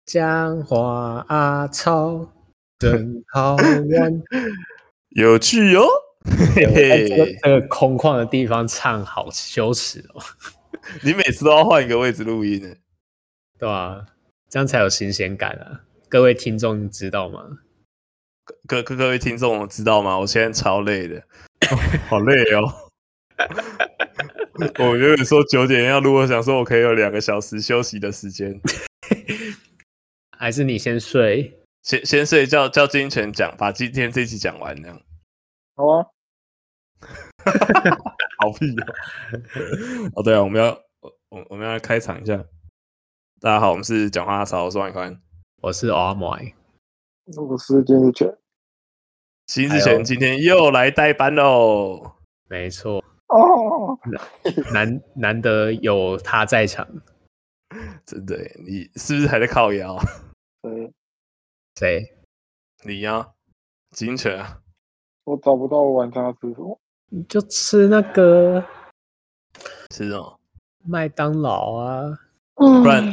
讲话啊操，真好玩。 有趣哦。嘿嘿， 这个空旷的地方唱好羞耻哦。 你每次都要换一个位置录音呢， 对啊，这样才有新鲜感啊！各位听众知道吗？ 各位听众知道吗？我现在超累的，好累哦。我原本说9点要录，我想说我可以有2个小时休息的时间。 还是你先睡？ 先睡觉，叫金泉讲，把今天这一集讲完这样。 好啊。 好屁哦！哦，对啊，我们要来开场一下。大家好，我们是讲话潮，我是万宽， 我是阿麦， 我是金志全。 金志全今天又来代班喽。 没错哦， 难得有他在场。 真的耶，你是不是还在靠腰？ 对， 谁？ 你啊，金泉啊。 我找不到我晚上要吃什么。 你就吃那个是哦， 麦当劳啊。 不然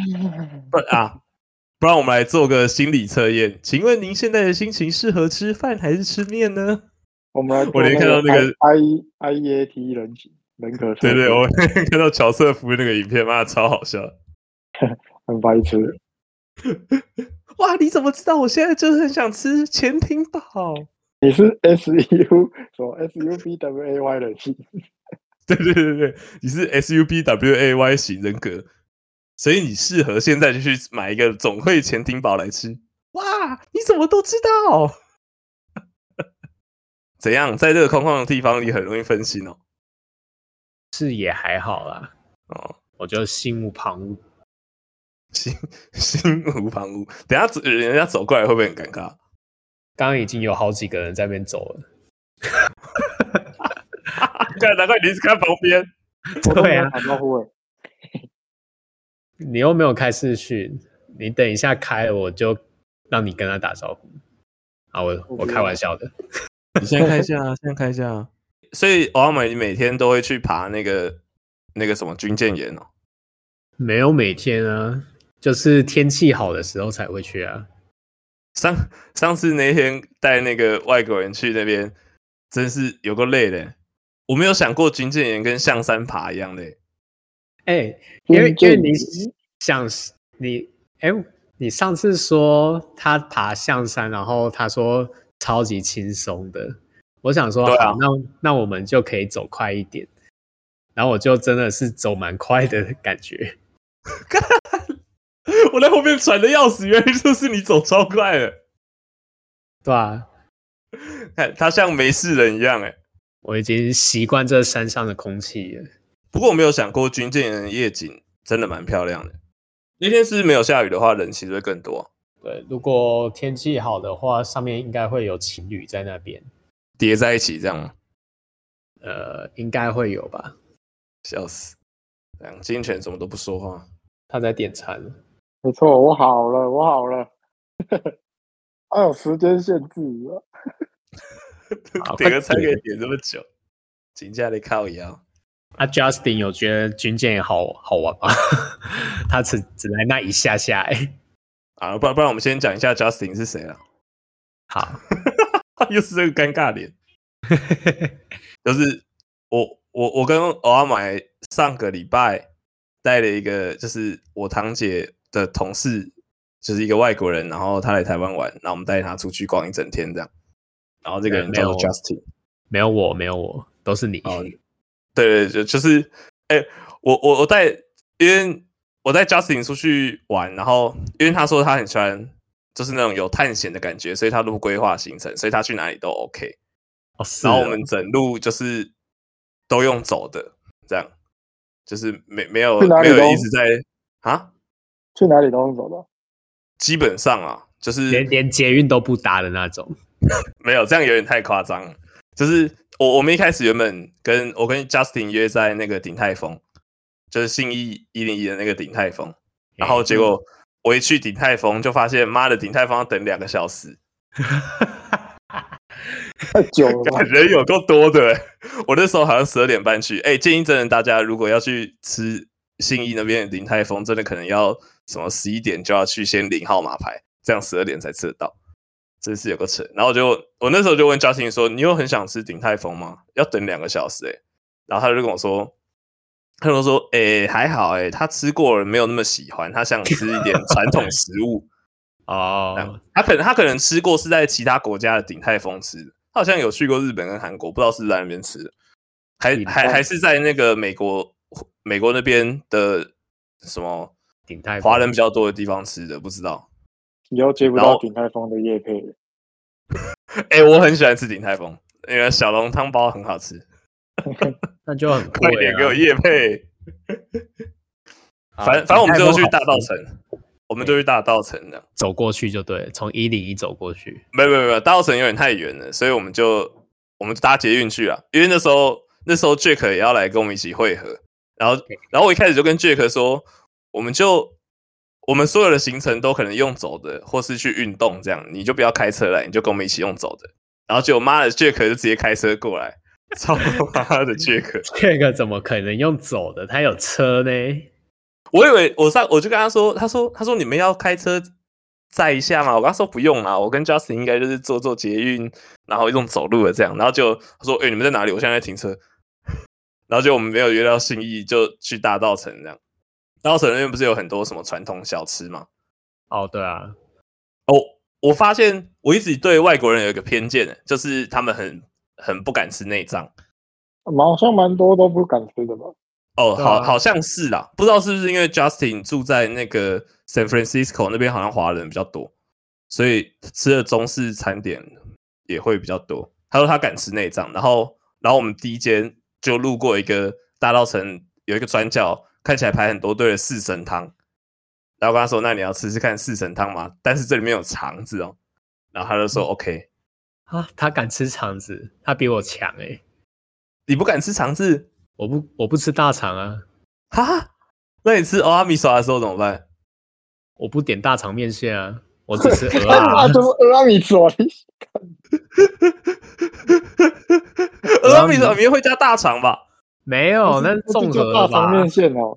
我们来做个心理测验。请问您现在的心情适合吃饭还是吃面呢？ 我们来我连看到那个 IEAT 人格测试。 对，我看到乔瑟夫那个影片，妈的超好笑， 很白痴。 哇！你怎么知道我现在就是很想吃潜艇堡？ 你是 SUBWAY 人士。 对，你是 SUBWAY 型人格，所以你适合现在就去买一个总会潜艇堡来吃。哇！你怎么都知道？怎样？在这个空旷的地方，你很容易分心哦。 是也还好啦。 哦， 我就心无旁骛。 心无旁骛。等一下人家走过来会不会很尴尬？ 刚刚已经有好几个人在那边走了。 难怪你一直看旁边。 对啊， 打招呼哎。 你又没有开视讯，你等一下开了我就让你跟他打招呼。啊，我开玩笑的。 你现在开一下啊。所以欧阿美你每天都会去爬那个什么军舰岩哦？ 没有每天啊，就是天气好的时候才会去啊。 上次那天带那个外国人去那边，真是有够累的。我没有想过军舰岩跟象山爬一样累。 因为你想你上次说他爬象山，然后他说超级轻松的，我想说好，那我们就可以走快一点，然后我就真的是走蛮快的感觉。 我在后面喘的要死，原来就是你走超快的。 对啊， 看他像没事人一样哎。 我已经习惯这山上的空气了。 不过我没有想过军舰岩的夜景真的蛮漂亮的。那天是没有下雨的话，人其实会更多。 对，如果天气好的话，上面应该会有情侣在那边叠在一起这样吗？ 应该会有吧。 笑死！金泉怎么都不说话？ 他在点餐。 没错，我好了。还有时间限制啊。 点个餐可以点这么久，请假的靠腰。 Justin 有觉得军舰也好玩吗？他只来那一下下不然我们先讲一下 Justin 是谁啊？ 好， 又是这个尴尬脸。就是我跟欧阿买上个礼拜带了一个，就是我堂姐的同事，就是一个外国人，然后他来台湾玩，然后我们带他出去逛一整天这样。然后这个人叫做 Justin， 没有我，都是你。 对，就是我带，因为我带 Justin 出去玩，然后因为他说他很喜欢就是那种有探险的感觉，所以他都规划行程，所以他去哪里都 OK。然后我们整路就是都用走的，这样就是没有一直在去哪里都用走的。 基本上啊，就是连捷运都不搭的那种。 没有，这样有点太夸张了。就是我们一开始原本跟 Justin 约在那个鼎泰丰，就是信义101的那个鼎泰丰，然后结果我一去鼎泰丰就发现，妈的，鼎泰丰要等2个小时， 太久了吧， 人有够多的。我那时候好像12点半去。建议真的大家如果要去吃信义那边的鼎泰丰真的可能要什么11点就要去先领号码牌，这样12点才吃得到，真是有个扯。然后我那时候就问 Justin 说：“你有很想吃鼎泰丰吗？要等2个小时然后他就跟我说。他就说：“还好他吃过了，没有那么喜欢，他想吃一点传统食物哦。 他可能吃过是在其他国家的鼎泰丰吃的，他好像有去过日本跟韩国，不知道是在那边吃的，还是在那个美国那边的什么鼎泰华人比较多的地方吃的，不知道。 以后接不到鼎泰丰的业配了。 我很喜欢吃鼎泰丰，因为小笼汤包很好吃。” 那就很贵快点给我业配。反正我们就去大稻埕，我们就去大稻埕这样走过去就对了，从101走过去。 没有，大稻埕有点太远了，所以我们就搭捷运去了。因为那时候 Jack 也要来跟我们一起会合，然后我一开始就跟 Jack 说，我们所有的行程都可能用走的，或是去运动这样，你就不要开车来，你就跟我们一起用走的。然后结果妈的 Jack 就直接开车过来。超妈的 Jack 怎么可能用走的？他有车呢。 我以为我就跟他说，他说你们要开车载一下嘛。我跟他说不用啦，我跟 Justin 应该就是坐捷运，然后用走路的这样。然后就他说你们在哪里？我现在在停车。然后就我们没有约到信义，就去大稻埕这样。大稻埕那边不是有很多什么传统小吃吗？ 哦，对啊。 我发现我一直对外国人有一个偏见，就是他们很不敢吃内脏， 好像蛮多都不敢吃的吧？ 好像是啦，不知道是不是因为 Justin 住在那个 San Francisco 那边，好像华人比较多，所以吃的中式餐点也会比较多。他说他敢吃内脏，然后我们第一间就路过一个大稻埕有一个转角，看起来排很多队的四神汤，然后跟他说：“那你要吃吃看四神汤吗？但是这里面有肠子哦。”然后他就说：“OK。” 啊，他敢吃肠子，他比我强你不敢吃肠子？ 我不吃大肠啊。 哈？那你吃欧阿米耍的时候怎么办？ 我不点大肠面线啊，我只吃鹅啊。 就是鹅阿米耍， 鹅阿米耍里面会加大肠吧？ 没有，那是综合吧？ 大肠面线哦。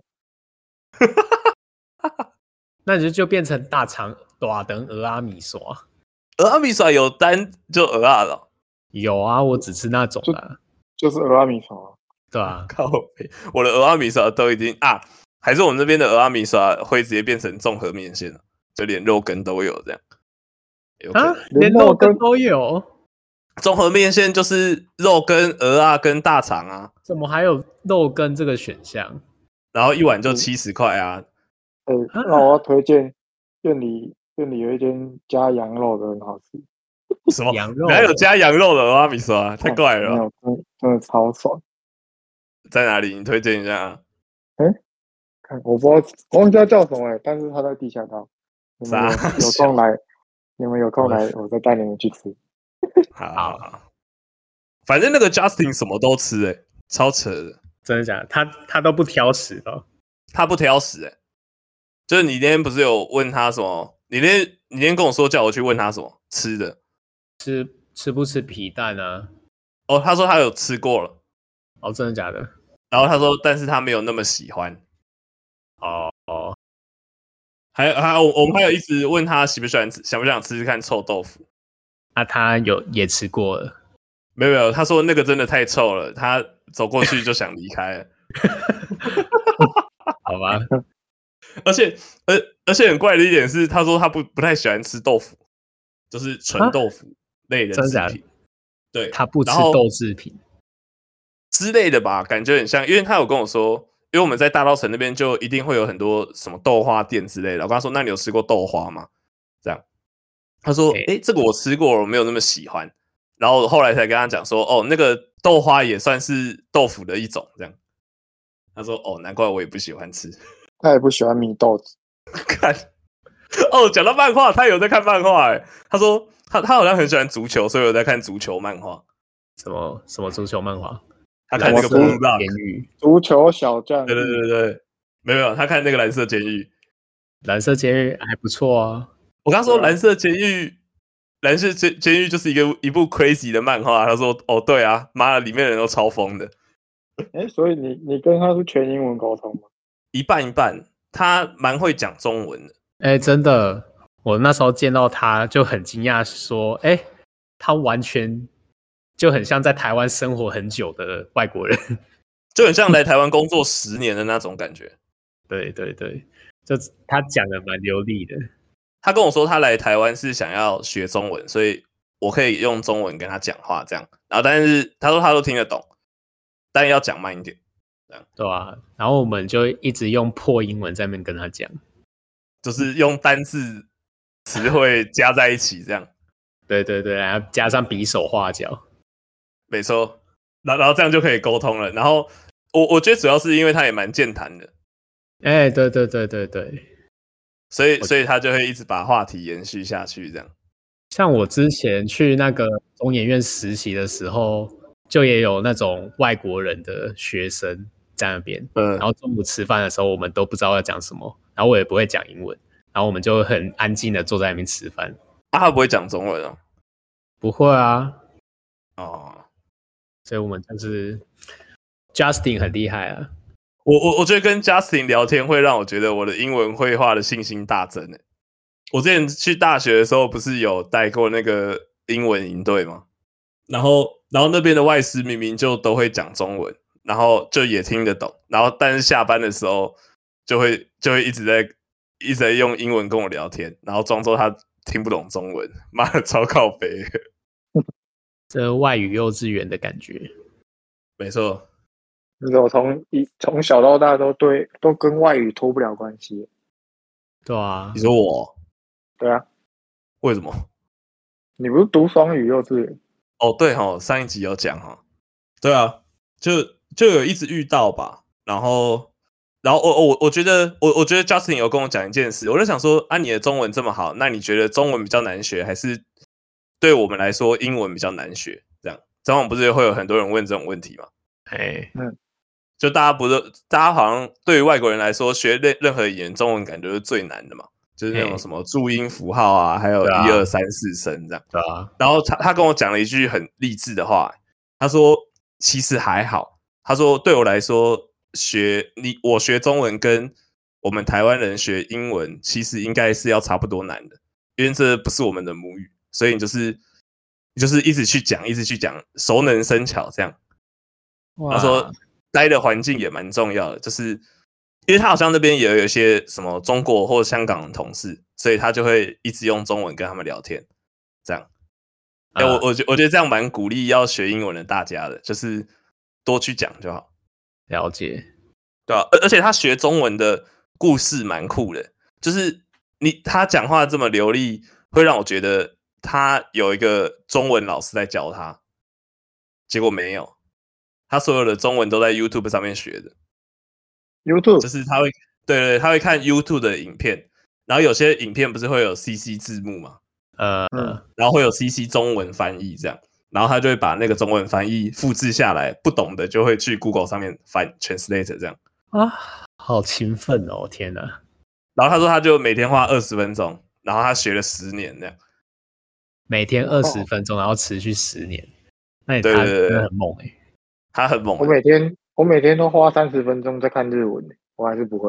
那就变成大肠大等鹅阿米耍。 鹅阿米耍有单就鹅啊了？ 有啊，我只吃那种的。 就是鹅阿米耍。 对啊， 靠北，我的鹅阿米耍都已经还是我们那边的鹅阿米耍会直接变成综合面线了，就连肉羹都有这样。 连肉羹都有？ 综合面线就是肉羹、鹅啊跟大肠啊。 怎么还有肉羹这个选项？ 然后一碗就70块啊。 那我要推荐店里有一间加羊肉的很好吃。 什么羊肉？ 哪有加羊肉的鹅阿米耍？太怪了。 没有，真的超爽。在哪里？你推荐一下啊？ 看我不知道，我忘记叫什么但是他在地下道。你们有空来，我再带你们去吃。 好，反正那个 Justin 什么都吃超扯的。 真的假的？他都不挑食的。 他不挑食就是你那天不是有问他什么？你那天跟我说叫我去问他什么吃的？ 吃不吃皮蛋啊？ 他说他有吃过了。 真的假的？ 然后他说，但是他没有那么喜欢。还有，我们还有一直问他喜不喜欢吃，想不想吃吃看臭豆腐？ 他也吃过了。 没有，他说那个真的太臭了，他走过去就想离开了。 好吧。 而且很怪的一点是，他说他不太喜欢吃豆腐，就是纯豆腐类的制品。对， 他不吃豆制品之类的吧，感觉很像，因为他有跟我说，因为我们在大稻埕那边就一定会有很多什么豆花店之类的。我跟他说，那你有吃过豆花吗？这样，他说，这个我吃过，我没有那么喜欢。然后后来才跟他讲说，那个豆花也算是豆腐的一种，这样。他说，难怪我也不喜欢吃。 他也不喜欢米豆子。 看，讲到漫画，他有在看漫画他说他好像很喜欢足球，所以有在看足球漫画。 什么足球漫画？ 他看那个监狱， 足球小将。 对，没有，他看那个蓝色监狱。 蓝色监狱还不错啊。 我刚说蓝色监狱就是一部 crazy 的漫画。他说，对啊，妈的，里面的人都超疯的。 所以你跟他是全英文沟通吗？ 一半一半，他蛮会讲中文的。真的，我那时候见到他就很惊讶，说，他完全就很像在台湾生活很久的外国人， 就很像来台湾工作10年的那种感觉。 对对对，就他讲的蛮流利的。 他跟我说他来台湾是想要学中文，所以我可以用中文跟他讲话这样。然后但是他说他都听得懂，但要讲慢一点。 对啊，然后我们就一直用破英文在那边跟他讲， 就是用单字词汇加在一起这样。 对对对，然后加上比手画脚， 没错。然后这样就可以沟通了。然后我觉得主要是因为他也蛮健谈的， 对对对对对， 所以他就会一直把话题延续下去这样。 像我之前去那个中研院实习的时候，就也有那种外国人的学生在那边，然后中午吃饭的时候，我们都不知道要讲什么，然后我也不会讲英文，然后我们就很安静的坐在那边吃饭。 他不会讲中文哦？ 不会啊。 哦， 所以我们就是 Justin 很厉害啊。 我觉得跟 Justin 聊天会让我觉得我的英文绘画的信心大增诶。我之前去大学的时候不是有带过那个英文营队吗？然后那边的外师明明就都会讲中文，然后就也听得懂，然后但是下班的时候就会一直在用英文跟我聊天，然后装作他听不懂中文，妈的超靠北。 这外语幼稚园的感觉。 没错， 我从小到大都跟外语脱不了关系。 对啊， 你说我？ 对啊， 为什么？ 你不是读双语幼稚园？ 哦，对哦，上一集有讲哈。对啊，就有一直遇到吧，然后我觉得Justin 有跟我讲一件事，我就想说啊，你的中文这么好，那你觉得中文比较难学，还是对我们来说英文比较难学？这样，早晚不是会有很多人问这种问题吗？就大家好像对于外国人来说，学任何语言，中文感觉是最难的嘛，就是那种什么注音符号啊，还有1、2、3、4声这样。 对啊。 然后他跟我讲了一句很励志的话，他说其实还好，他说对我来说我学中文跟我们台湾人学英文其实应该是要差不多难的，因为这不是我们的母语，所以你就是一直去讲，熟能生巧这样。他说待的环境也蛮重要的，就是因为他好像那边也有一些什么中国或香港的同事，所以他就会一直用中文跟他们聊天，这样。我觉得这样蛮鼓励要学英文的大家的，就是多去讲就好。 了解， 对啊，而且他学中文的故事蛮酷的，就是他讲话这么流利，会让我觉得他有一个中文老师在教他，结果没有，他所有的中文都在 YouTube 上面学的。 YouTube 就是他会，对，他会看 YouTube 的影片，然后有些影片不是会有 CC 字幕嘛，然后会有 CC 中文翻译这样，然后他就会把那个中文翻译复制下来，不懂的就会去 Google 上面翻 Translate 这样啊，好勤奋哦，天哪！ 然后他说他就每天花20分钟，然后他学了10年这样， 每天20分钟，然后持续10年，那他真的很猛欸。 他很猛。 我每天都花30分钟在看日文，我还是不会。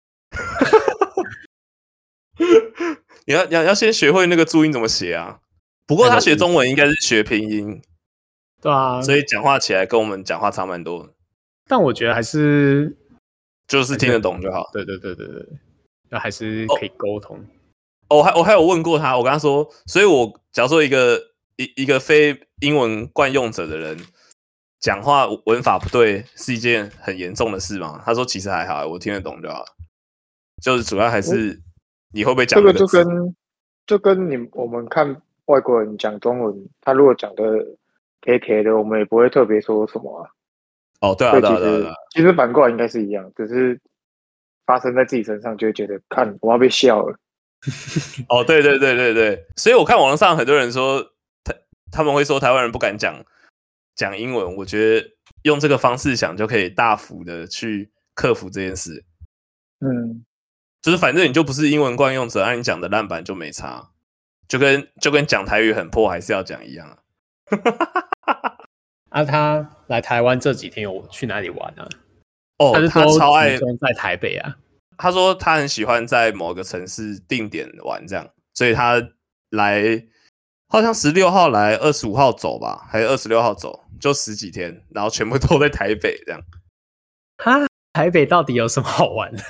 你要先学会那个注音怎么写啊。不过他学中文应该是学拼音， 对啊， 所以讲话起来跟我们讲话差蛮多的。 但我觉得还是就是听得懂就好。 对，那还是可以沟通。 我还有问过他，我跟他说，所以我假如说一个非英文惯用者的人讲话文法不对是一件很严重的事吗？他说其实还好，我听得懂就好，就是主要还是你会不会讲这个字。 就跟我们看外国人讲中文，他如果讲的贴贴的，我们也不会特别说什么啊。 哦，对啊， 其实反过来应该是一样，只是发生在自己身上就会觉得，看我要被笑了。 哦，对，所以我看网络上很多人说，他们会说台湾人不敢讲英文，我觉得用这个方式想就可以大幅的去克服这件事。就是反正你就不是英文惯用者，按你讲的烂版就没差，就跟讲台语很破还是要讲一样啊。 他来台湾这几天有去哪里玩啊？ 他超爱在台北啊。 他说他很喜欢在某个城市定点玩这样，所以他来好像16号来，25号走吧，还是26号走，就10几天，然后全部都在台北这样。 哈，台北到底有什么好玩的？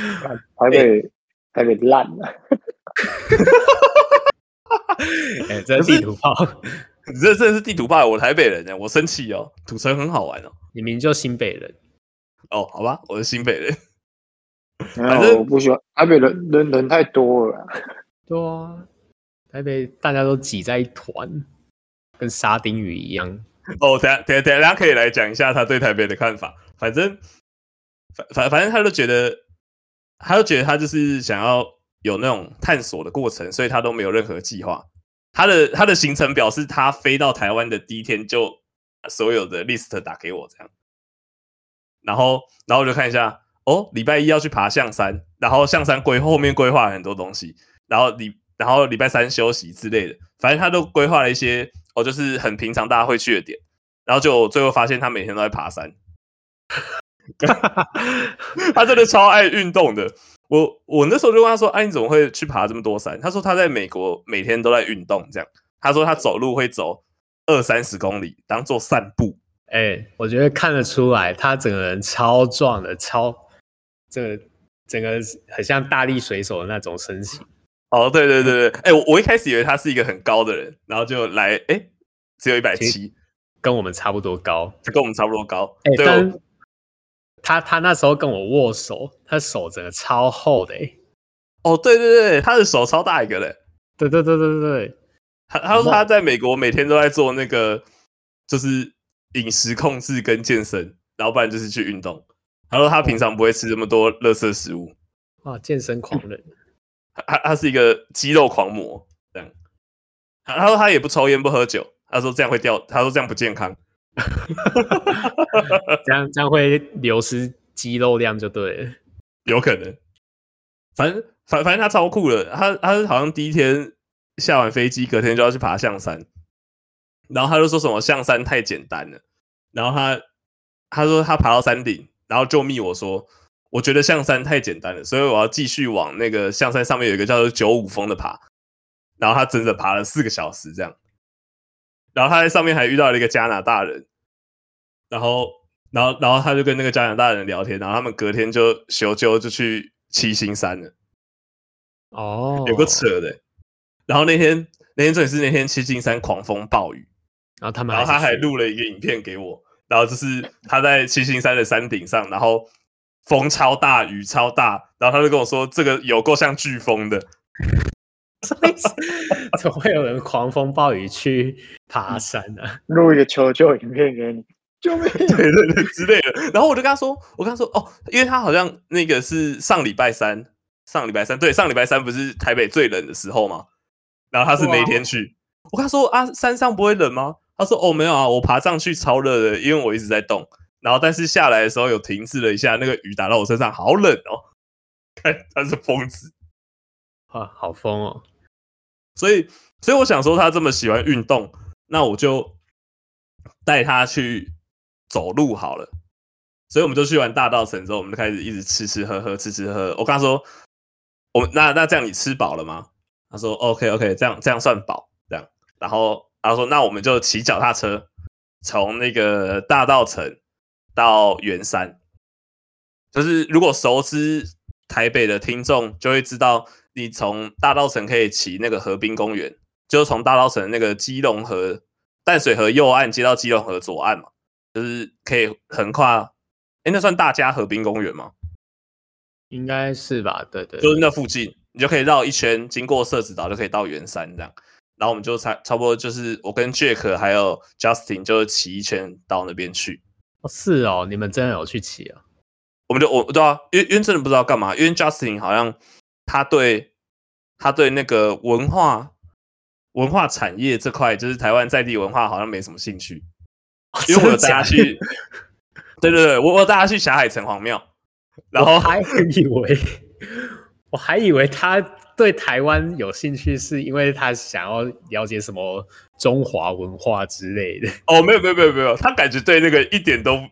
台北烂了。 这是地图炮， 这真的是地图炮！我台北人，我生气哦。土城很好玩哦。 你明明就新北人哦，好吧，我是新北人。 反正我不喜欢台北人太多了。 对啊，台北大家都挤在一团，跟沙丁鱼一样。 等下可以来讲一下他对台北的看法。反正他就觉得他就是想要有那种探索的过程，所以他都没有任何计划。他的行程表是他飞到台湾的第一天就所有的 list 打给我这样，然后我就看一下，礼拜一要去爬象山，然后象山后面规划了很多东西，然后礼拜三休息之类的，反正他都规划了一些就是很平常大家会去的点，然后就最后发现他每天都在爬山。他真的超爱运动的。我那时候就问他说：“你怎么会去爬这么多山？”他说他在美国每天都在运动，这样。他说他走路会走20-30公里，当做散步。 我觉得看得出来，他整个人超壮的，整个很像大力水手的那种身形。 对，我一开始以为他是一个很高的人，然后就来，只有170， 跟我们差不多高， 跟我们差不多高。 但他那时候跟我握手，他手整个超厚的。 对，他的手超大一个的。 对。 他说他在美国每天都在做那个，就是饮食控制跟健身，然后不然就是去运动。他说他平常不会吃这么多垃圾食物。 哇，健身狂人。 他是一个肌肉狂魔，这样。他说他也不抽烟不喝酒，他说这样会掉，他说这样不健康。 这样会流失肌肉量就对了， 有可能。反正他超酷的，他好像第一天下完飞机，隔天就要去爬象山，然后他就说什么象山太简单了，然后他说他爬到山顶，然后就密我说，我觉得象山太简单了，所以我要继续往那个象山上面有一个叫做95峰的爬，然后他整整爬了4个小时这样，然后他在上面还遇到了一个加拿大人，然后他就跟那个加拿大人聊天，然后他们隔天就休就去七星山了。有个扯的。然后那天重点是那天七星山狂风暴雨， 然后他还录了一个影片给我，然后就是他在七星山的山顶上，然后风超大雨超大，然后他就跟我说这个有够像飓风的。 怎么会有人狂风暴雨去爬山呢？ 录一个求救影片给你，救命！ 对之类的。然后我跟他说因为他好像那个是上礼拜三不是台北最冷的时候吗？然后他是那一天去，我跟他说山上不会冷吗？他说没有啊，我爬上去超热的，因为我一直在动。然后但是下来的时候有停滞了一下，那个雨打到我身上，好冷哦！看他是疯子。 好疯哦！ 所以我想说，他这么喜欢运动，那我就带他去走路好了。所以我们就去完大稻埕之后，我们就开始一直吃喝喝。我跟他说，那这样你吃饱了吗？他说 OK， 这样算饱，这样。然后他说，那我们就骑脚踏车从那个大稻埕到圆山。就是如果熟知台北的听众就会知道，你从大稻埕可以骑那个河滨公园，就是从大稻埕那个基隆河淡水河右岸接到基隆河左岸嘛，就是可以横跨。那算大家河滨公园吗？ 应该是吧，对， 就是那附近，你就可以绕一圈，经过社子岛就可以到圆山这样。然后我们就差不多就是我跟 Jack 还有 Justin 就骑一圈到那边去。 是哦，你们真的有去骑啊？ 我对啊，因为真的不知道干嘛，因为 Justin 好像他对那个文化产业这块，就是台湾在地文化好像没什么兴趣。因为我有带他去，对，我有带他去霞海城隍庙，然后我还以为他对台湾有兴趣，是因为他想要了解什么中华文化之类的。 没有，他感觉对那个一点都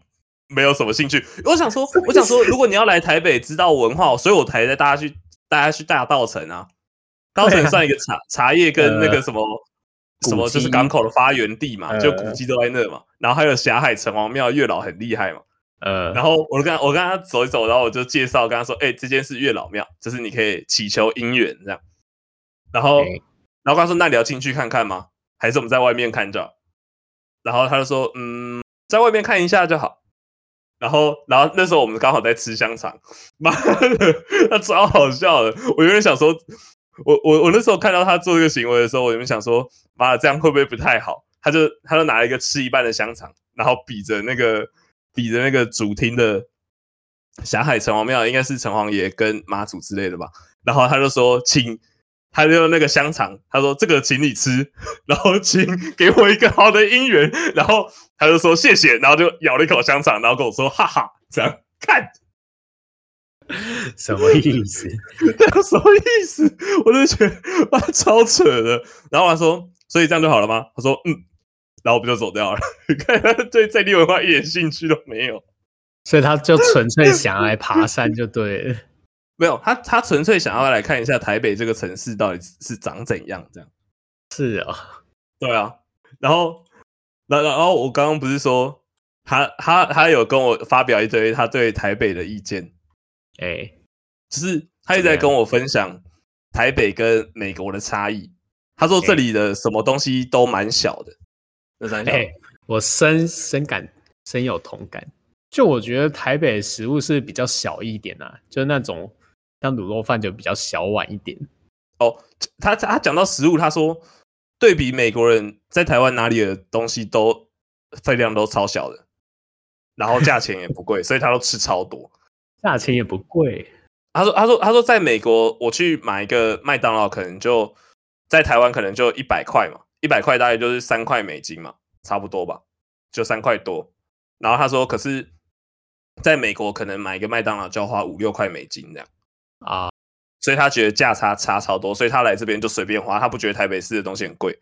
没有什么兴趣。我想说，如果你要来台北知道文化，所以我才带大家去大稻埕啊。稻埕算一个茶叶跟那个什么。什么就是港口的发源地嘛，就古迹都在那嘛，然后还有霞海城隍庙，月老很厉害嘛，然后我跟他走一走，然后我就介绍跟他说，这间是月老庙，就是你可以祈求姻缘这样，然后跟他说，那你要进去看看吗？还是我们在外面看就好？然后他就说，在外面看一下就好。然后那时候我们刚好在吃香肠，妈的，他超好笑的，我有点想说。我那时候看到他做这个行为的时候，我有点想说，妈的，这样会不会不太好？他就拿了一个吃一半的香肠，然后比着那个主厅的霞海城隍庙，应该是城隍爷跟妈祖之类的吧。然后他就说，他就那个香肠，他说这个请你吃，然后请给我一个好的姻缘。然后他就说谢谢，然后就咬了一口香肠，然后跟我说哈哈，这样看。 什么意思？ 什么意思？我就觉得超扯的。然后他说：“所以这样就好了吗？”他说：“然后我们就走掉了。看他对在地文化一点兴趣都没有， 所以他就纯粹想要来爬山就对了。 没有，他纯粹想要来看一下台北这个城市到底是长怎样。这样是啊，对啊。然后我刚刚不是说他有跟我发表一堆他对台北的意见。就是他一直在跟我分享台北跟美国的差异。他说这里的什么东西都蛮小的。 我深有同感。就我觉得台北的食物是比较小一点啊，就那种像卤肉饭就比较小碗一点。 他讲到食物，他说对比美国人在台湾哪里的东西都分量都超小的，然后价钱也不贵，所以他都吃超多。 价钱也不贵。 他说在美国我去买一个麦当劳，可能就在台湾可能就100块嘛，100块大概就是3块美金嘛，差不多吧，就3块多。然后他说，可是在美国可能买一个麦当劳就要花5-6块美金这样啊， 所以他觉得价差超多，所以他来这边就随便花，他不觉得台北市的东西很贵。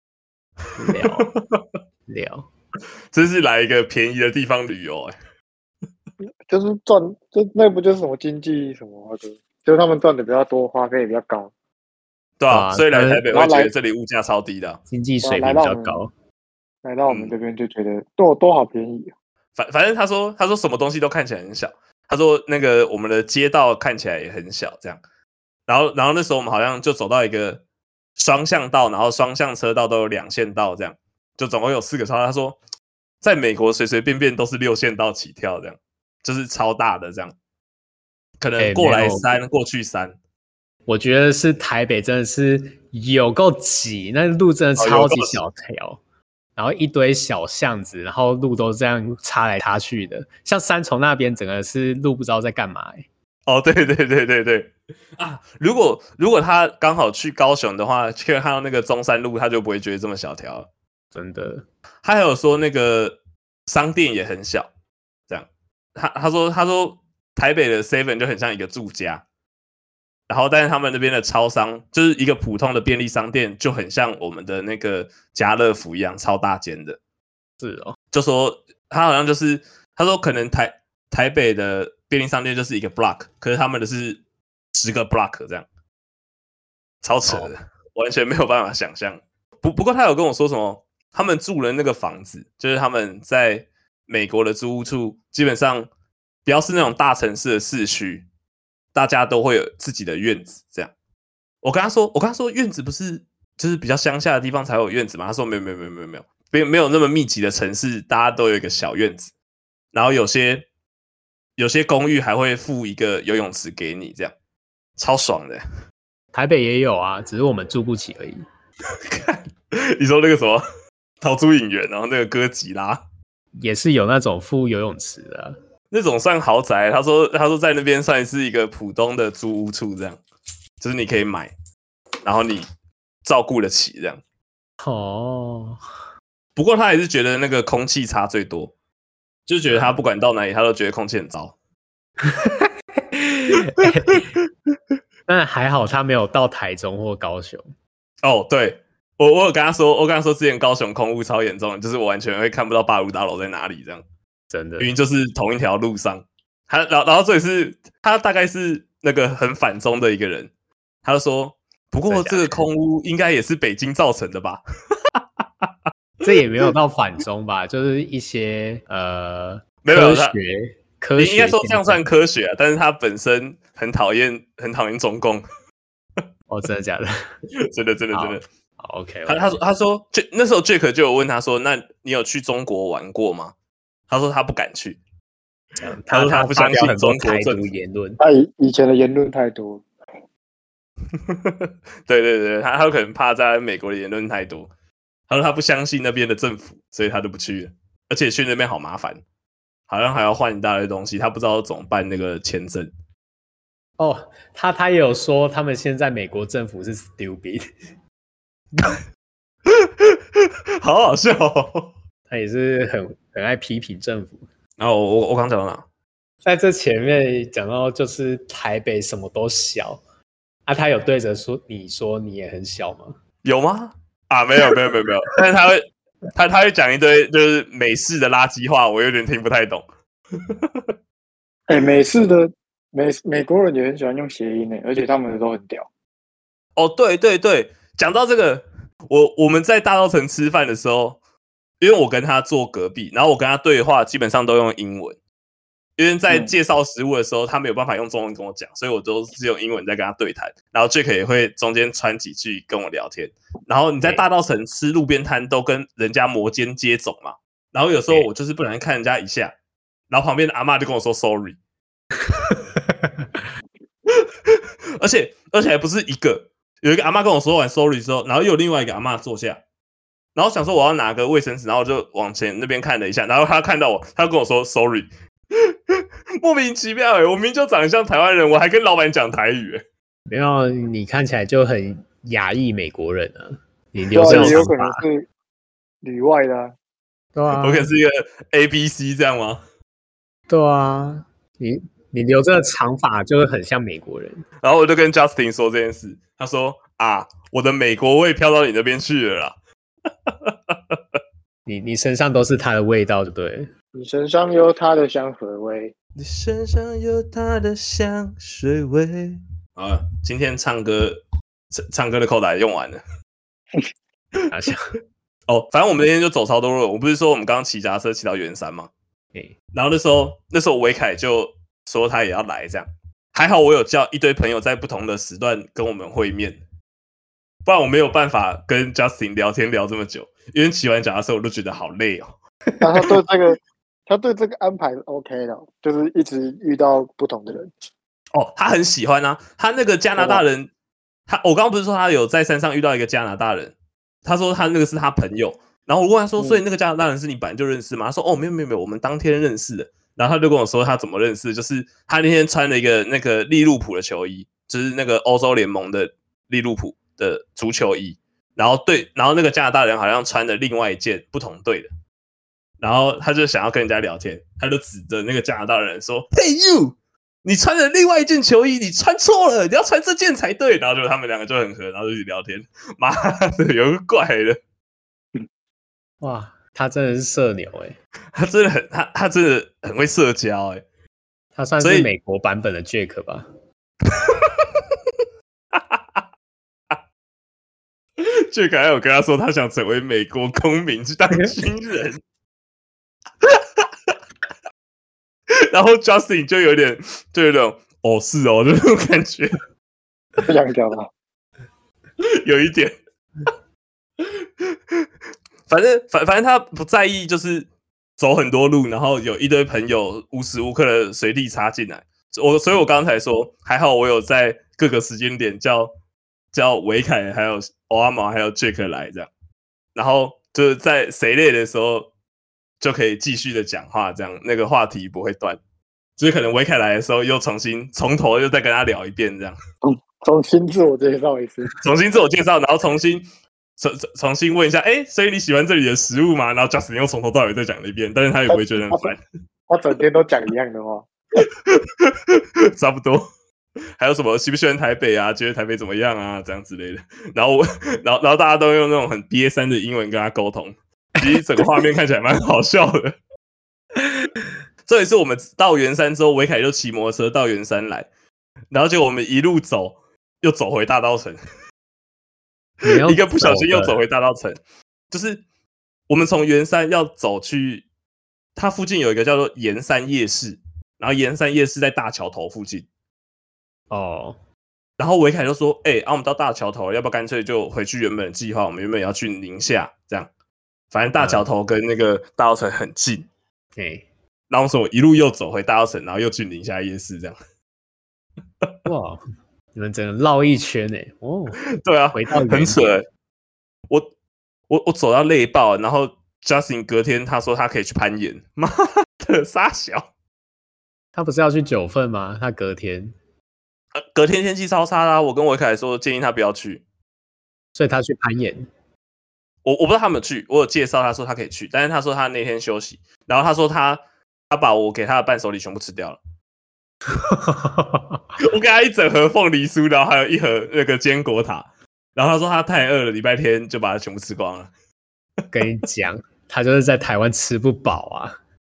了， 真是来一个便宜的地方旅游就是赚，那不就是什么经济什么的，就是他们赚的比较多，花费也比较高， 对啊，所以来台北会觉得这里物价超低的， 经济水平比较高。 来到我们这边就觉得多好便宜。 反正他说什么东西都看起来很小，他说那个我们的街道看起来也很小这样。然后那时候我们好像就走到一个双向道，然后双向车道都有2线道这样，就总共有4个车道。他说在美国随随便便都是6线道起跳这样。就是超大的这样，可能过来3，过去3。 我觉得是台北真的是有够挤，那路真的超级小条，然后一堆小巷子，然后路都这样插来插去的。像三重那边整个是路不知道在干嘛对啊！如果他刚好去高雄的话，可以看到那个中山路，他就不会觉得这么小条了。 真的， 他还有说那个商店也很小。他说台北的 7 就很像一个住家，然后但是他们那边的超商就是一个普通的便利商店，就很像我们的那个家乐福一样超大间的。 是哦， 就说他好像就是他说可能台北的便利商店就是一个 block， 可是他们的是10个 block 这样，超扯的，完全没有办法想象。不过他有跟我说什么，他们住的那个房子，就是他们在美国的租屋处基本上不要是那种大城市的市区，大家都会有自己的院子这样。我跟他说院子不是就是比较乡下的地方才有院子吗？他说没有那么密集的城市，大家都有一个小院子，然后有些公寓还会附一个游泳池给你，这样超爽的。 台北也有啊，只是我们住不起而已。 你说那个什么桃珠影园，然后那个哥吉拉也是有那种附游泳池的、啊， 那种算豪宅。他说在那边算是一个普通的租屋处，这样就是你可以买，然后你照顾得起这样。 哦， 不过他还是觉得那个空气差最多，就觉得他不管到哪里，他都觉得空气很糟。 但还好他没有到台中或高雄。 哦，对，我有跟他说，之前高雄空污超严重的，就是我完全会看不到8五大楼在哪里这样。 真的， 明明就是同一条路上。然后这里是他大概是那个很反中的一个人，他就说，不过这个空污应该也是北京造成的吧？ 这也没有到反中吧，就是一些没有科学， 应该说这样算科学啊，但是他本身很讨厌中共。 哦，真的假的？ 真的。 好 OK， 他说那时候 Jack 就有问他说，那你有去中国玩过吗？他说他不敢去，他说他不相信中国政府言论， 他以前的言论太多。 对，他有可能怕在美国的言论太多。他说他不相信那边的政府，所以他就不去了，而且去那边好麻烦，好像还要换一大堆东西，他不知道怎么办那个签证。 哦，他也有说，他们现在美国政府是 stupid， 好好笑哦。 他也是很爱批评政府。 然后我刚讲到哪？ 在这前面讲到就是台北什么都小啊，他有对着你说你也很小吗？ 有吗？啊，没有，但是他会讲一堆就是美式的垃圾话，我有点听不太懂。 美式的美国人也很喜欢用谐音而且他们都很屌。 哦，对，讲到这个，我们在大稻埕吃饭的时候，因为我跟他坐隔壁，然后我跟他对话基本上都用英文，因为在介绍食物的时候，他没有办法用中文跟我讲，所以我都是用英文在跟他对谈。然后 Jack 也会中间穿几句跟我聊天。然后你在大稻埕吃路边摊都跟人家摩肩接踵嘛，然后有时候我就是不小心看人家一下，然后旁边的阿嬷就跟我说 sorry， 而且还不是一个，有一个阿嬷跟我说完 sorry 之后，然后又有另外一个阿嬷坐下，然后想说我要拿个卫生纸，然后我就往前那边看了一下，然后他看到我，他跟我说 sorry， 莫名其妙我明明就长得像台湾人，我还跟老板讲台语没有，你看起来就很亚裔美国人啊，你留着有可能是旅外的啊。 对啊， 我可能是一个 ABC 这样吗？ 对啊，你留这个长发就会很像美国人。 然后我就跟 Justin 说这件事，他说啊，我的美国味飘到你那边去了啦。 你身上都是它的味道，就对了。 你身上有它的香水味， 你身上有它的香水味。好了，今天唱歌的扣打用完了。哦，反正我们那天就走超多路。我不是说我们刚刚骑脚踏车骑到圆山吗？然后那时候维凯就说他也要来，这样还好我有叫一堆朋友在不同的时段跟我们会面，不然我没有办法跟 Justin 聊天聊这么久，因为骑完脚踏车我都觉得好累哦。 他对这个安排是 OK 的，就是一直遇到不同的人。 哦，他很喜欢啊，他那个加拿大人，我刚刚不是说他有在山上遇到一个加拿大人，他说他那个是他朋友，然后我问他说，所以那个加拿大人是你本来就认识吗？他说哦，没有，我们当天认识的。然后他就跟我说他怎么认识，就是他那天穿了一个那个利物浦的球衣，就是那个欧洲联盟的利物浦的足球衣，然后那个加拿大人好像穿了另外一件不同队的，然后他就想要跟人家聊天，他就指着那个加拿大人说 ，Hey you， 你穿了另外一件球衣，你穿错了，你要穿这件才对。然后就他们两个就很合，然后就一起聊天，妈的，有个怪的， 哇。他真的是社牛他真的很会社交他算是美国版本的 Jack 吧。 Jack 还有跟他说他想成为美国公民去当军人，然后 Justin 就有点哦是哦的那种感觉， 不想讲吧， 有一点。反正他不在意，就是走很多路，然后有一堆朋友无时无刻的随地插进来。所以我刚才说，还好我有在各个时间点叫维凯、还有欧阿毛、还有 Jack 来这样，然后就是在谁累的时候就可以继续的讲话，这样那个话题不会断。就是可能维凯来的时候，又从头又再跟他聊一遍，这样。 重新自我介绍一次， 然后重新问一下，所以你喜欢这里的食物吗？然后 Justin 又从头到尾再讲了一遍，但是他也不会觉得很烦。 他整天都讲一样的话， 差不多。还有什么喜不喜欢台北啊？觉得台北怎么样啊？这样之类的。然后大家都用那种很憋3的英文跟他沟通，其实整个画面看起来蛮好笑的。 这一次我们到圆山之后，维凯就骑摩托车到圆山来，然后结果我们一路走，又走回大稻埕，一个不小心又走回大稻埕，就是我们从圆山要走去，它附近有一个叫做盐山夜市，然后盐山夜市在大桥头附近。 哦， 然后维凯就说：“我们到大桥头了，要不要干脆就回去原本的计划？我们原本要去宁夏，这样，反正大桥头跟那个大稻埕很近。然后说我一路又走回大稻埕，然后又去宁夏夜市，这样。 哇，你们整个绕一圈哦， 对啊， 回到很扯。我走到累爆，然后 Justin 隔天他说他可以去攀岩，妈的傻小。 他不是要去9份吗？他隔天天气超差啦，我跟维凯说建议他不要去， 所以他去攀岩。 我不知道他有没有去，我有介绍他说他可以去，但是他说他那天休息，然后他说他把我给他的伴手礼全部吃掉了。我给他一整盒凤梨酥，然后还有一盒那个坚果塔，然后他说他太饿了，礼拜天就把它全部吃光了。 跟你讲，他就是在台湾吃不饱啊。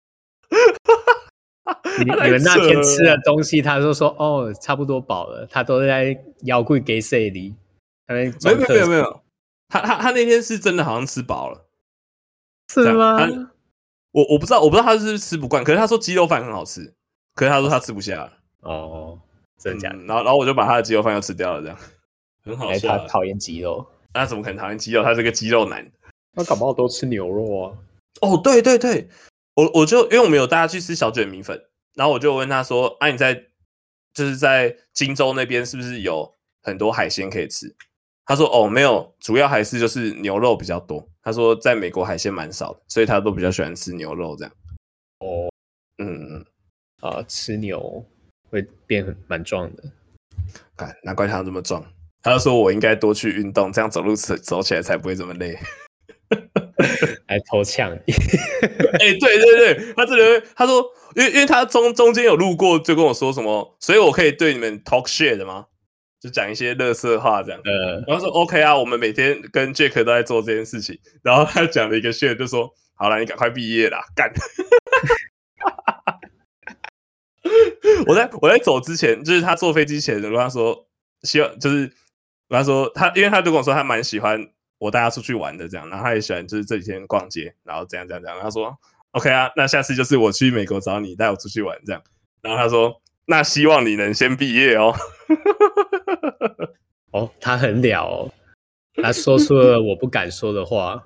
你们那天吃的东西，他就说哦，差不多饱了。他都在腰柜给谁里？ 没有，他那天是真的好像吃饱了， 是吗？ 我不知道他是不是吃不惯，可是他说鸡肉饭很好吃，可是他说他吃不下了。 哦，真的假的？ 然后我就把他的鸡肉饭又吃掉了，这样很好笑。 他讨厌鸡肉， 那怎么可能讨厌鸡肉？他是个鸡肉男。 那搞不好都吃牛肉啊。 哦，对，我就因为我们有带他去吃小卷米粉。然后我就问他说：“你就是在金州那边是不是有很多海鲜可以吃？”他说：“哦，没有，主要还是就是牛肉比较多。”他说在美国海鲜蛮少的，所以他都比较喜欢吃牛肉这样。 哦，吃牛会变蛮壮的。 难怪他这么壮。他就说我应该多去运动，这样走路走起来才不会这么累。 来偷呛你。 对，他说，因为他中间有路过，就跟我说什么，所以我可以对你们 talk shit 的吗？就讲一些垃圾话这样。然后说 OK 啊，我们每天跟 Jack 都在做这件事情。然后他讲了一个 shit， 就说好啦，你赶快毕业啦，干。我在走之前，就是他坐飞机前，我跟他说希望就是我跟他说因为他就跟我说他蛮喜欢我带他出去玩的这样，然后他也喜欢就是这几天逛街，然后这样，然后他说 OK 啊，那下次就是我去美国找你，带我出去玩这样，然后他说那希望你能先毕业哦。 哦，他很了哦，他说出了我不敢说的话。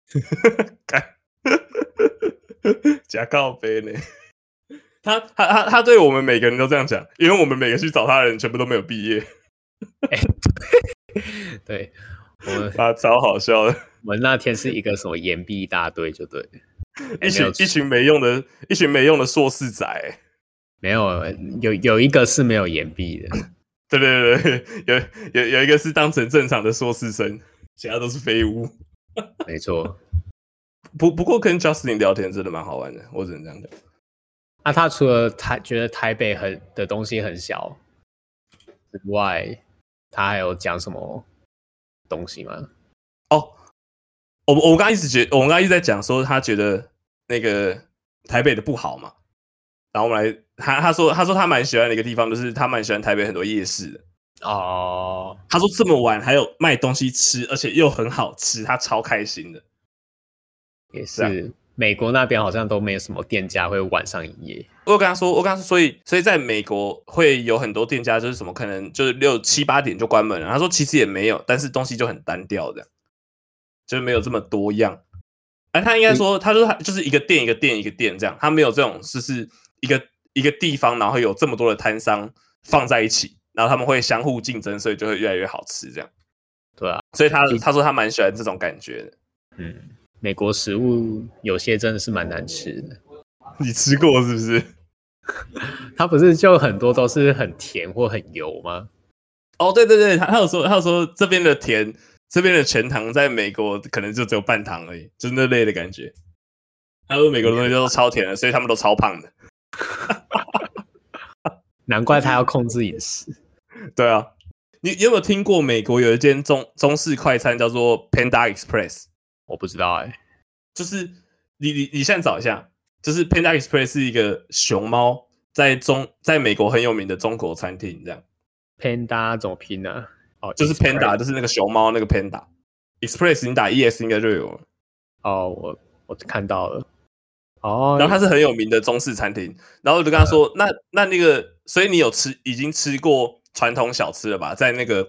假靠背呢。他对我们每个人都这样讲，因为我们每个去找他的人全部都没有毕业。 对， 他超好笑的。 我们那天是一个什么延毕一大堆，就对了， 一群没用的硕士仔。 没有一个是没有延毕的。 对，有一个是当成正常的硕士生，其他都是废物。 没错。 不过跟 Justin 聊天真的蛮好玩的，我只能这样讲。 他除了觉得台北的东西很小之外，他还有讲什么东西吗？ 哦，我刚刚一直在讲说他觉得那个台北的不好嘛，然后我们他说他蛮喜欢的一个地方，就是他蛮喜欢台北很多夜市的。 哦， 他说这么晚还有卖东西吃，而且又很好吃，他超开心的。 也是，美国那边好像都没有什么店家会晚上营业。 我跟他说，所以在美国会有很多店家，就是什么可能就是6、7、8点就关门了。他说其实也没有，但是东西就很单调的，就是没有这么多样。他应该说，他就是一个店一个店这样，他没有这种就是一个地方，然后有这么多的摊商放在一起，然后他们会相互竞争，所以就会越来越好吃这样。 对啊， 所以他说他蛮喜欢这种感觉的。 美国食物有些真的是蛮难吃的。 你吃过是不是？ 它不是就很多都是很甜或很油吗？ 哦，对，他有说这边的甜，这边的全糖在美国可能就只有半糖而已，就是那类的感觉。他说美国的东西都超甜的，所以他们都超胖的。 难怪他要控制饮食。 对啊，你有没有听过美国有一间中式快餐叫做 Panda Express？ 我不知道就是你现在找一下就是 Panda Express 是一个熊猫在美国很有名的中国餐厅，这样。 Panda 怎么拼呢？哦， 就是 Panda， 就是那个熊猫那个 Panda。Express 你打 ES 应该就有了。 哦，我看到了。哦， 然后它是很有名的中式餐厅，然后我就跟他说，那个，所以你已经吃过传统小吃了吧？在那个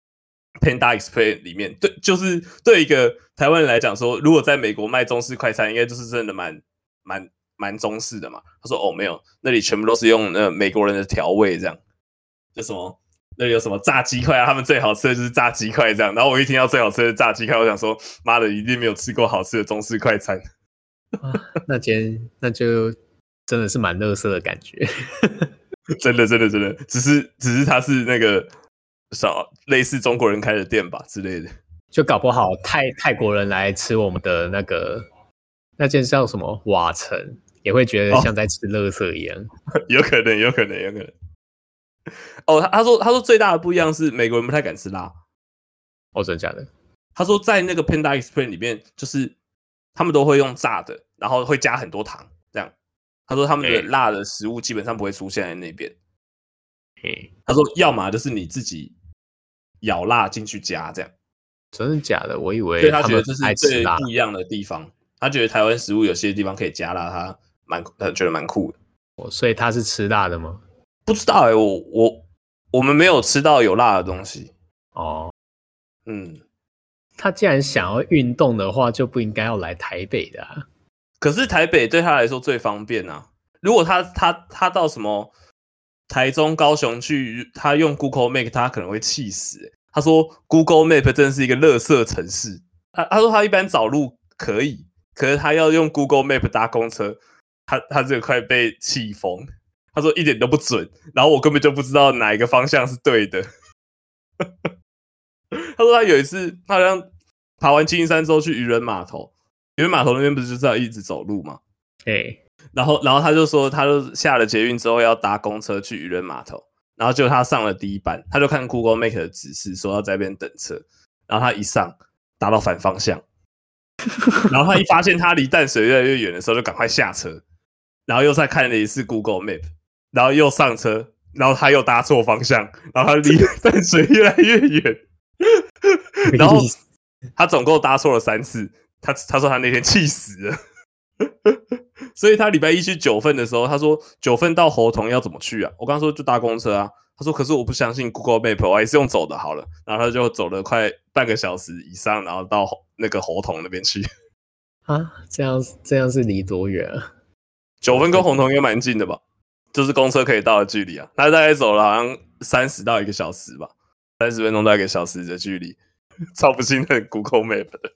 Panda Express 里面，对，就是对一个台湾人来讲说，如果在美国卖中式快餐，应该就是真的蛮中式的嘛。他说哦没有，那里全部都是用美国人的调味这样，就什么那里有什么炸鸡块啊，他们最好吃的就是炸鸡块这样。然后我一听到最好吃的炸鸡块，我想说妈的，一定没有吃过好吃的中式快餐。 那就真的是蛮垃圾的感觉。 真的，只是他是那个类似中国人开的店吧之类的， 就搞不好泰国人来吃我们的那间叫什么瓦城，也会觉得像在吃垃圾一样。 有可能。哦，他说最大的不一样是美国人不太敢吃辣。 哦，真的假的？ 他说在那个 Panda Express 里面，就是他们都会用炸的，然后会加很多糖，这样。他说他们的辣的食物基本上不会出现在那边。他说要么就是你自己咬辣进去加这样。 真的假的？我以为所以他觉得这是最不一样的地方。他觉得台湾食物有些地方可以加辣，他觉得蛮酷的。 所以他是吃辣的吗？ 不知道我们没有吃到有辣的东西。 哦，他既然想要运动的话，就不应该要来台北的啊。 可是台北对他来说最方便啊。如果他到什么台中、高雄去，他用 Google Map， 他可能会气死。他说 Google Map 真的是一个垃圾城市。他说他一般找路可以，可是他要用 Google Map 搭公车，他这个快被气疯。他说一点都不准，然后我根本就不知道哪一个方向是对的。他说他有一次，他好像爬完金山之后去渔人码头，渔人码头那边不是就是要一直走路吗？然后他就说，他就下了捷运之后要搭公车去渔人码头，然后就他上了第一班，他就看 Google Map 的指示说要在那边等车，然后他一上搭到反方向，然后他一发现他离淡水越来越远的时候，就赶快下车，然后又再看了一次 Google Map， 然后又上车，然后他又搭错方向，然后他离淡水越来越远，然后他总共搭错了3次，他说他那天气死了。所以他礼拜一去9份的时候，他说9份到猴硐要怎么去啊？我刚说就搭公车啊。他说可是我不相信 Google Map， 我还是用走的好了。然后他就走了快半个小时以上，然后到那个猴硐那边去。 啊，这样是离多远啊 ？9份跟猴硐应该蛮近的吧？就是公车可以到的距离啊。他大概走了好像30到1个小时吧，30分钟到1个小时的距离，超不信任 Google Map 的。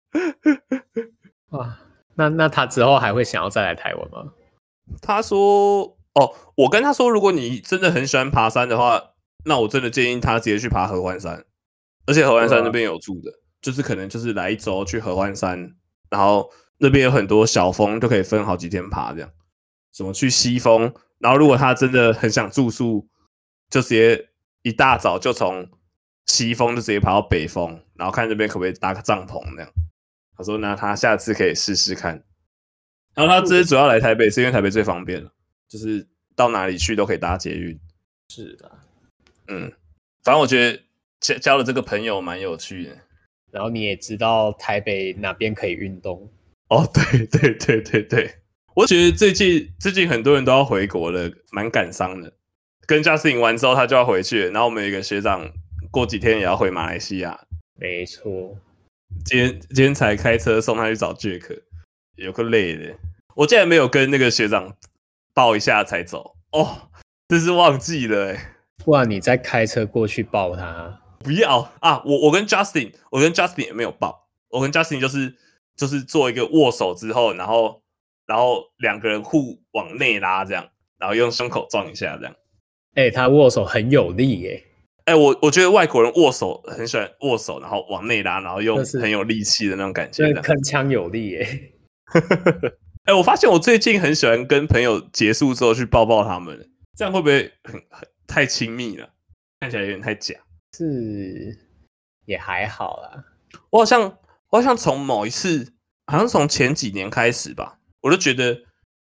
哇，那他之后还会想要再来台湾吗？ 他说我跟他说，如果你真的很喜欢爬山的话，那我真的建议他直接去爬合欢山，而且合欢山那边有住的，就是可能就是来1周去合欢山，然后那边有很多小峰，就可以分好几天爬这样。什么去西峰，然后如果他真的很想住宿，就直接一大早就从西峰就直接爬到北峰，然后看这边可不可以搭个帐篷那样。他说那他下次可以试试看。然后他这次主要来台北是因为台北最方便了，就是到哪里去都可以搭捷运。 是的， 反正我觉得交了这个朋友蛮有趣的。 然后你也知道台北哪边可以运动。 哦，对，我觉得最近很多人都要回国了，蛮感伤的。跟Justin完之后他就要回去了，然后我们有一个学长过几天也要回马来西亚。 没错， 今天才开车送他去找 Jack。有个累的，我竟然没有跟那个学长抱一下才走哦，真是忘记了不然你再开车过去抱他。 不要啊！我跟 Justin 也没有抱，我跟 Justin 就是做一个握手之后，然后2个人互往内拉这样，然后用胸口撞一下这样。 他握手很有力耶。 我觉得外国人握手很喜欢握手，然后往内拉，然后用很有力气的那种感觉， 铿锵有力耶。 我发现我最近很喜欢跟朋友结束之后去抱抱他们，这样会不会很太亲密了？看起来有点太假。 是，也还好啦。 我好像从某一次，好像从前几年开始吧，我就觉得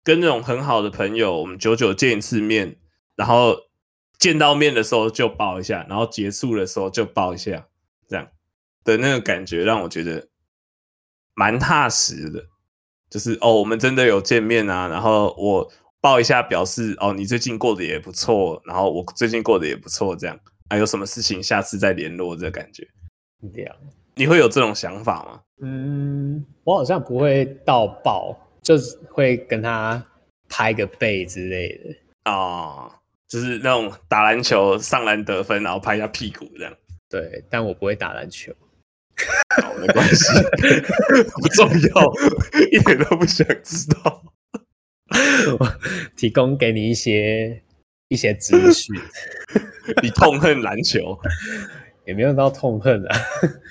跟那种很好的朋友，我们久久见一次面，然后见到面的时候就抱一下，然后结束的时候就抱一下，这样的那个感觉让我觉得蛮踏实的。就是我们真的有见面啊，然后我抱一下表示你最近过得也不错，然后我最近过得也不错，这样有什么事情下次再联络，这个感觉。你会有这种想法吗？ 我好像不会到抱，就是会跟他拍个背之类的就是那种打篮球上篮得分，然后拍一下屁股这样。 对，但我不会打篮球。 没关系，不重要，一点都不想知道。 我提供给你一些资讯。 你痛恨篮球？ 也没有到痛恨啊。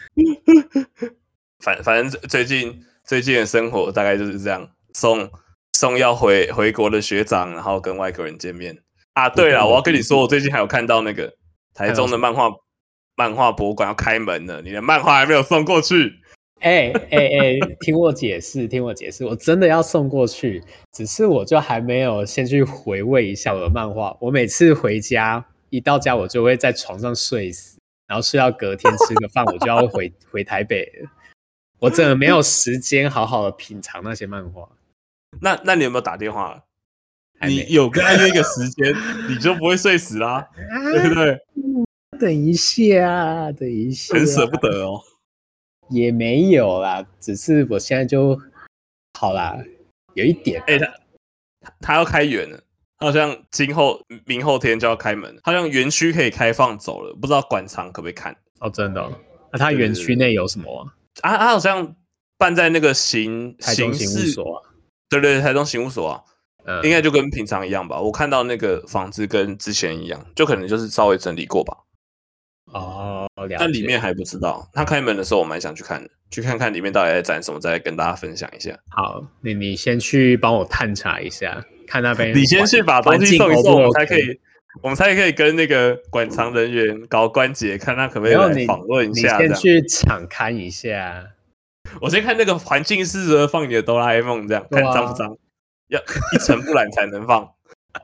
反正最近的生活大概就是这样，送要回国的学长，然后跟外国人见面啊。对了，我要跟你说，我最近还有看到那个台中的漫画博物馆要开门了，你的漫画还没有送过去。 听我解释，我真的要送过去，只是我就还没有先去回味一下我的漫画。我每次回家一到家，我就会在床上睡死，然后睡到隔天吃个饭，我就要回台北了。我真的没有时间好好的品尝那些漫画。 那你有没有打电话？你有跟他约一个时间，你就不会睡死啦，对不对？ 等一下， 很舍不得哦。 也没有啦，只是我现在就好啦，有一点。 他要开园了，他好像明后天就要开门，好像园区可以开放走了，不知道馆藏可不可以看？ 真的哦？那他园区内有什么啊？ 他好像办在那个台中刑务所啊。 对，台中刑务所啊。应该就跟平常一样吧。我看到那个房子跟之前一样，就可能就是稍微整理过吧。 了解。 但里面还不知道。他开门的时候，我蛮想去看的，去看看里面到底在展什么，再跟大家分享一下。 好，你先去帮我探查一下，看那边。 你先去把东西送一送，我们才可以跟那个馆藏人员搞关节，看他可不可以来访问一下。 你先去场看一下。 我先看那个环境适合放你的哆啦 A 梦，这样看脏不脏。要一尘不染才能放。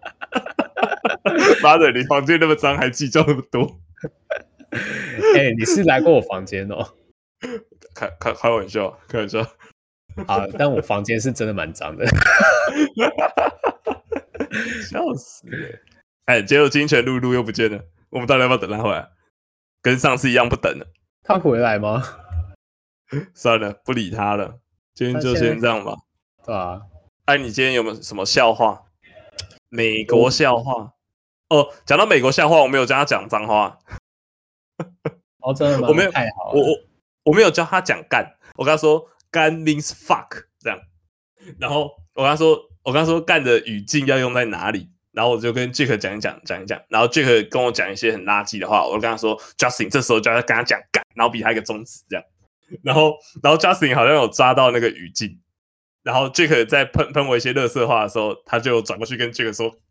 妈的，你房间那么脏，还计较那么多？ 你是来过我房间哦？ 开玩笑，开玩笑。 好，但我房间是真的蛮脏的。 笑死了！结果金泉露露又不见了，我们到底要不要等他回来？跟上次一样不等了。 他回来吗？ 算了，不理他了。今天就先这样吧。 对啊。 你今天有没有什么笑话？美国笑话？讲到美国笑话，我没有教他讲脏话。 真的吗？ 我没有， 太好了。 我没有教他讲干，我跟他说干 means fuck 这样。然后我跟他说干的语境要用在哪里？然后我就跟 Jack 讲一讲，然后 Jack 跟我讲一些很垃圾的话，我就跟他说 Justin 这时候就要跟他讲干，然后比他一个中指这样。然后 Justin 好像有抓到那个语境。然后 Jack 在喷我一些垃圾话的时候，他就转过去跟 Jack 说：“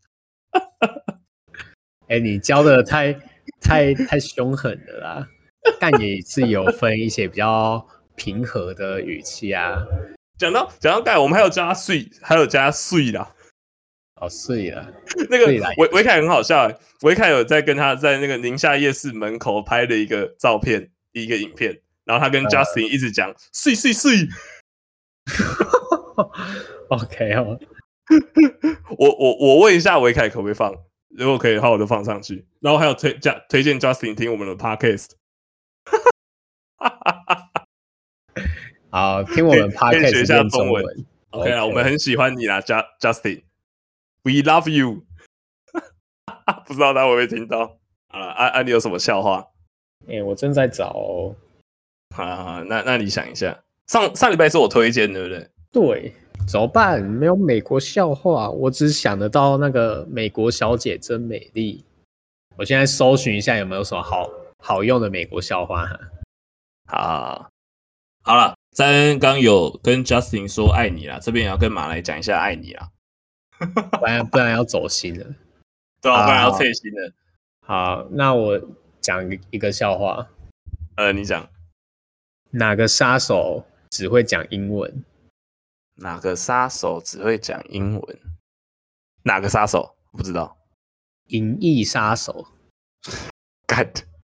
你教的太凶狠了啦！干也是有分一些比较平和的语气啊。 讲到干，我们还有加碎，还有加碎啦。 碎了。 那个维凯很好笑维凯有在跟他在那个宁夏夜市门口拍的一个照片，一个影片，然后他跟 Justin 一直讲碎。 OK 我问一下维凯可不可以放，如果可以的话我就放上去，然后还有推荐 Justin 听我们的 podcast。 好，听我们 podcast 学一下中文。OK 啦， 我们很喜欢你啦 Justin， We love you。不知道他会不会听到你有什么笑话？ 我正在找哦。 那你想一下，上礼拜是我推荐对不对？ 对，怎么办？没有美国笑话，我只想得到那个美国小姐真美丽。我现在搜寻一下有没有什么好用的美国笑话。 好了，刚有跟 Justin 说爱你啦，这边也要跟马来讲一下爱你啦。 不然要走心了。 对啊，不然要退心了。 好，那我讲一个笑话。 你讲。 哪个杀手只会讲英文？ 哪个杀手只会讲英文？ 哪个杀手？不知道。 银翼杀手。 干。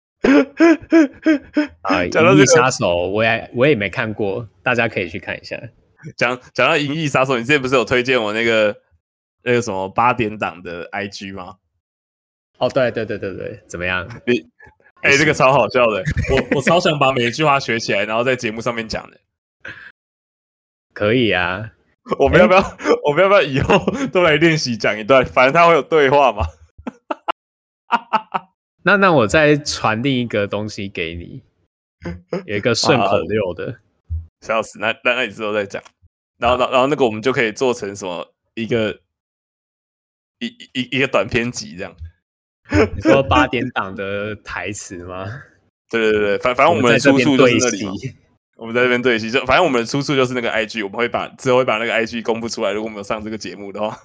银翼杀手我也没看过，大家可以去看一下。 讲到银翼杀手，你之前不是有推荐我那个什么8点档的 IG 吗？ 哦，对，怎么样？ 这个超好笑的，我超想把每一句话学起来，然后在节目上面讲的。 可以啊， 我们要不要以后都来练习讲一段？反正它会有对话嘛。 那我再传另一个东西给你，有一个顺口溜的。 笑死！那你之后再讲。然后那个我们就可以做成什么一个短篇集这样。 你说8点档的台词吗？ 对，反正我们的出处就是那里嘛。我们在这边对戏，就反正我们的出处就是那个 IG， 我们之后会把那个 IG 公布出来。如果我们有上这个节目的话。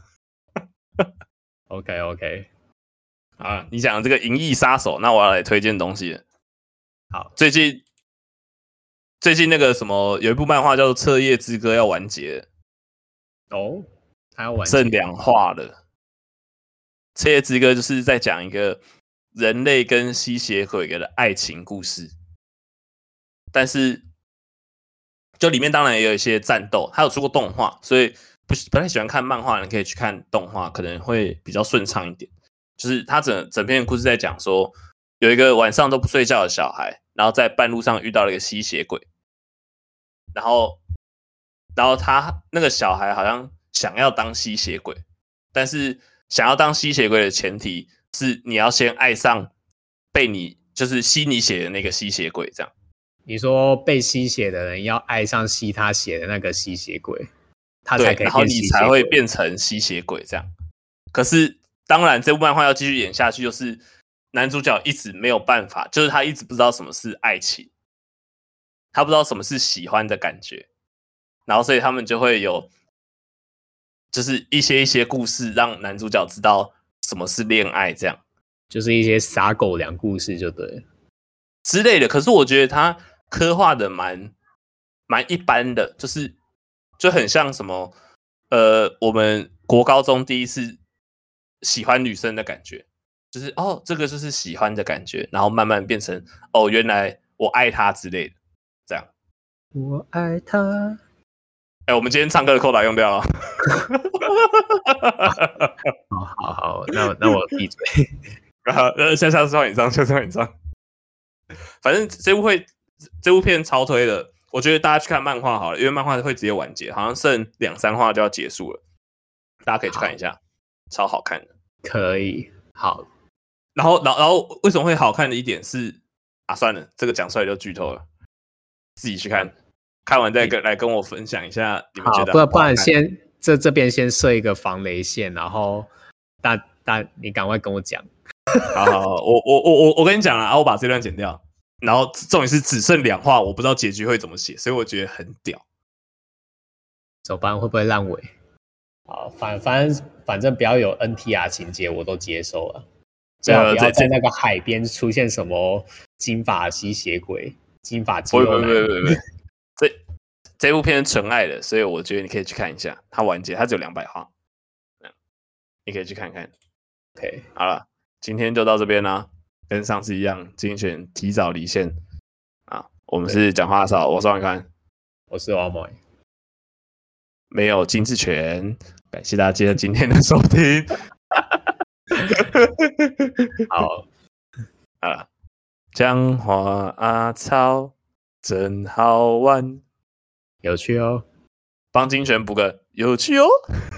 OK。 啊，你讲这个银翼杀手，那我要来推荐东西了。 好， 最近那个什么有一部漫画叫做《彻夜之歌》要完结了。 哦，它要完结， 剩2话了。《彻夜之歌》就是在讲一个人类跟吸血鬼的爱情故事，但是就里面当然也有一些战斗，它有出过动画，所以不太喜欢看漫画的人可以去看动画，可能会比较顺畅一点。就是它整篇的故事在讲说，有一个晚上都不睡觉的小孩，然后在半路上遇到了一个吸血鬼，然后他那个小孩好像想要当吸血鬼，但是想要当吸血鬼的前提是你要先爱上被你就是吸你血的那个吸血鬼，这样。 你说被吸血的人要爱上吸他血的那个吸血鬼，他才可以变吸血鬼， 然后你才会变成吸血鬼这样。可是当然这部漫画要继续演下去，就是男主角一直没有办法，就是他一直不知道什么是爱情，他不知道什么是喜欢的感觉，然后所以他们就会有就是一些故事让男主角知道什么是恋爱，这样就是一些撒狗粮故事就对了之类的。可是我觉得他刻画的蛮一般的，就很像什么我们国高中第一次喜欢女生的感觉，就是哦这个就是喜欢的感觉，然后慢慢变成哦原来我爱她之类的，这样。 我爱她。 我们今天唱歌的扣打用掉了。 好，那我闭嘴。 下次换你唱，下次换你唱。反正这部片超推的，我觉得大家去看漫画好了，因为漫画会直接完结，好像剩2-3话就要结束了，大家可以去看一下，超好看的。 可以，好。 然后为什么会好看的一点是算了，这个讲出来就剧透了，自己去看，看完再来跟我分享一下你们觉得好不然先这边先设一个防雷线，然后你赶快跟我讲。 好，我跟你讲啦，我把这段剪掉，然后重点是只剩2话，我不知道结局会怎么写，所以我觉得很屌。 走班会不会烂尾？好，反正不要有 NTR 情节，我都接受了。最好不要在那个海边出现什么金发吸血鬼、金发肌肉男。 不，这部片是纯爱的，所以我觉得你可以去看一下。它完结，它只有200话，你可以去看看。 OK， 好了，今天就到这边啦，跟上次一样，精选提早离线啊。我们是讲话少，我是王看， 我是王某， 没有金志全。感谢大家今天的收听。 好啊，讲话阿草真好玩， 有趣哦。 帮金泉补个有趣哦。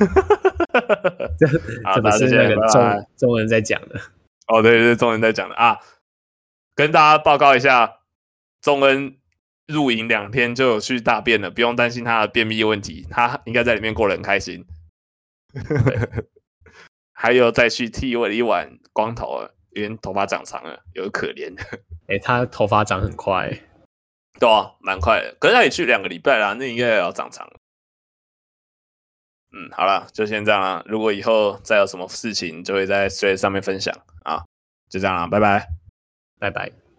这不是那个中文在讲的哦，对，中文在讲的啊。跟大家报告一下，仲恩入营2天就有去大便了，不用担心他的便秘问题，他应该在里面过得很开心。还有再去剃我的一碗光头了，因为头发长长了，有可怜。 他头发长很快， 对啊，蛮快的。可是他也去2个礼拜啦，那应该也要长长了。好了，就先这样啦。如果以后再有什么事情，就会在 Threads 上面分享啊。就这样啦，拜拜， 拜拜。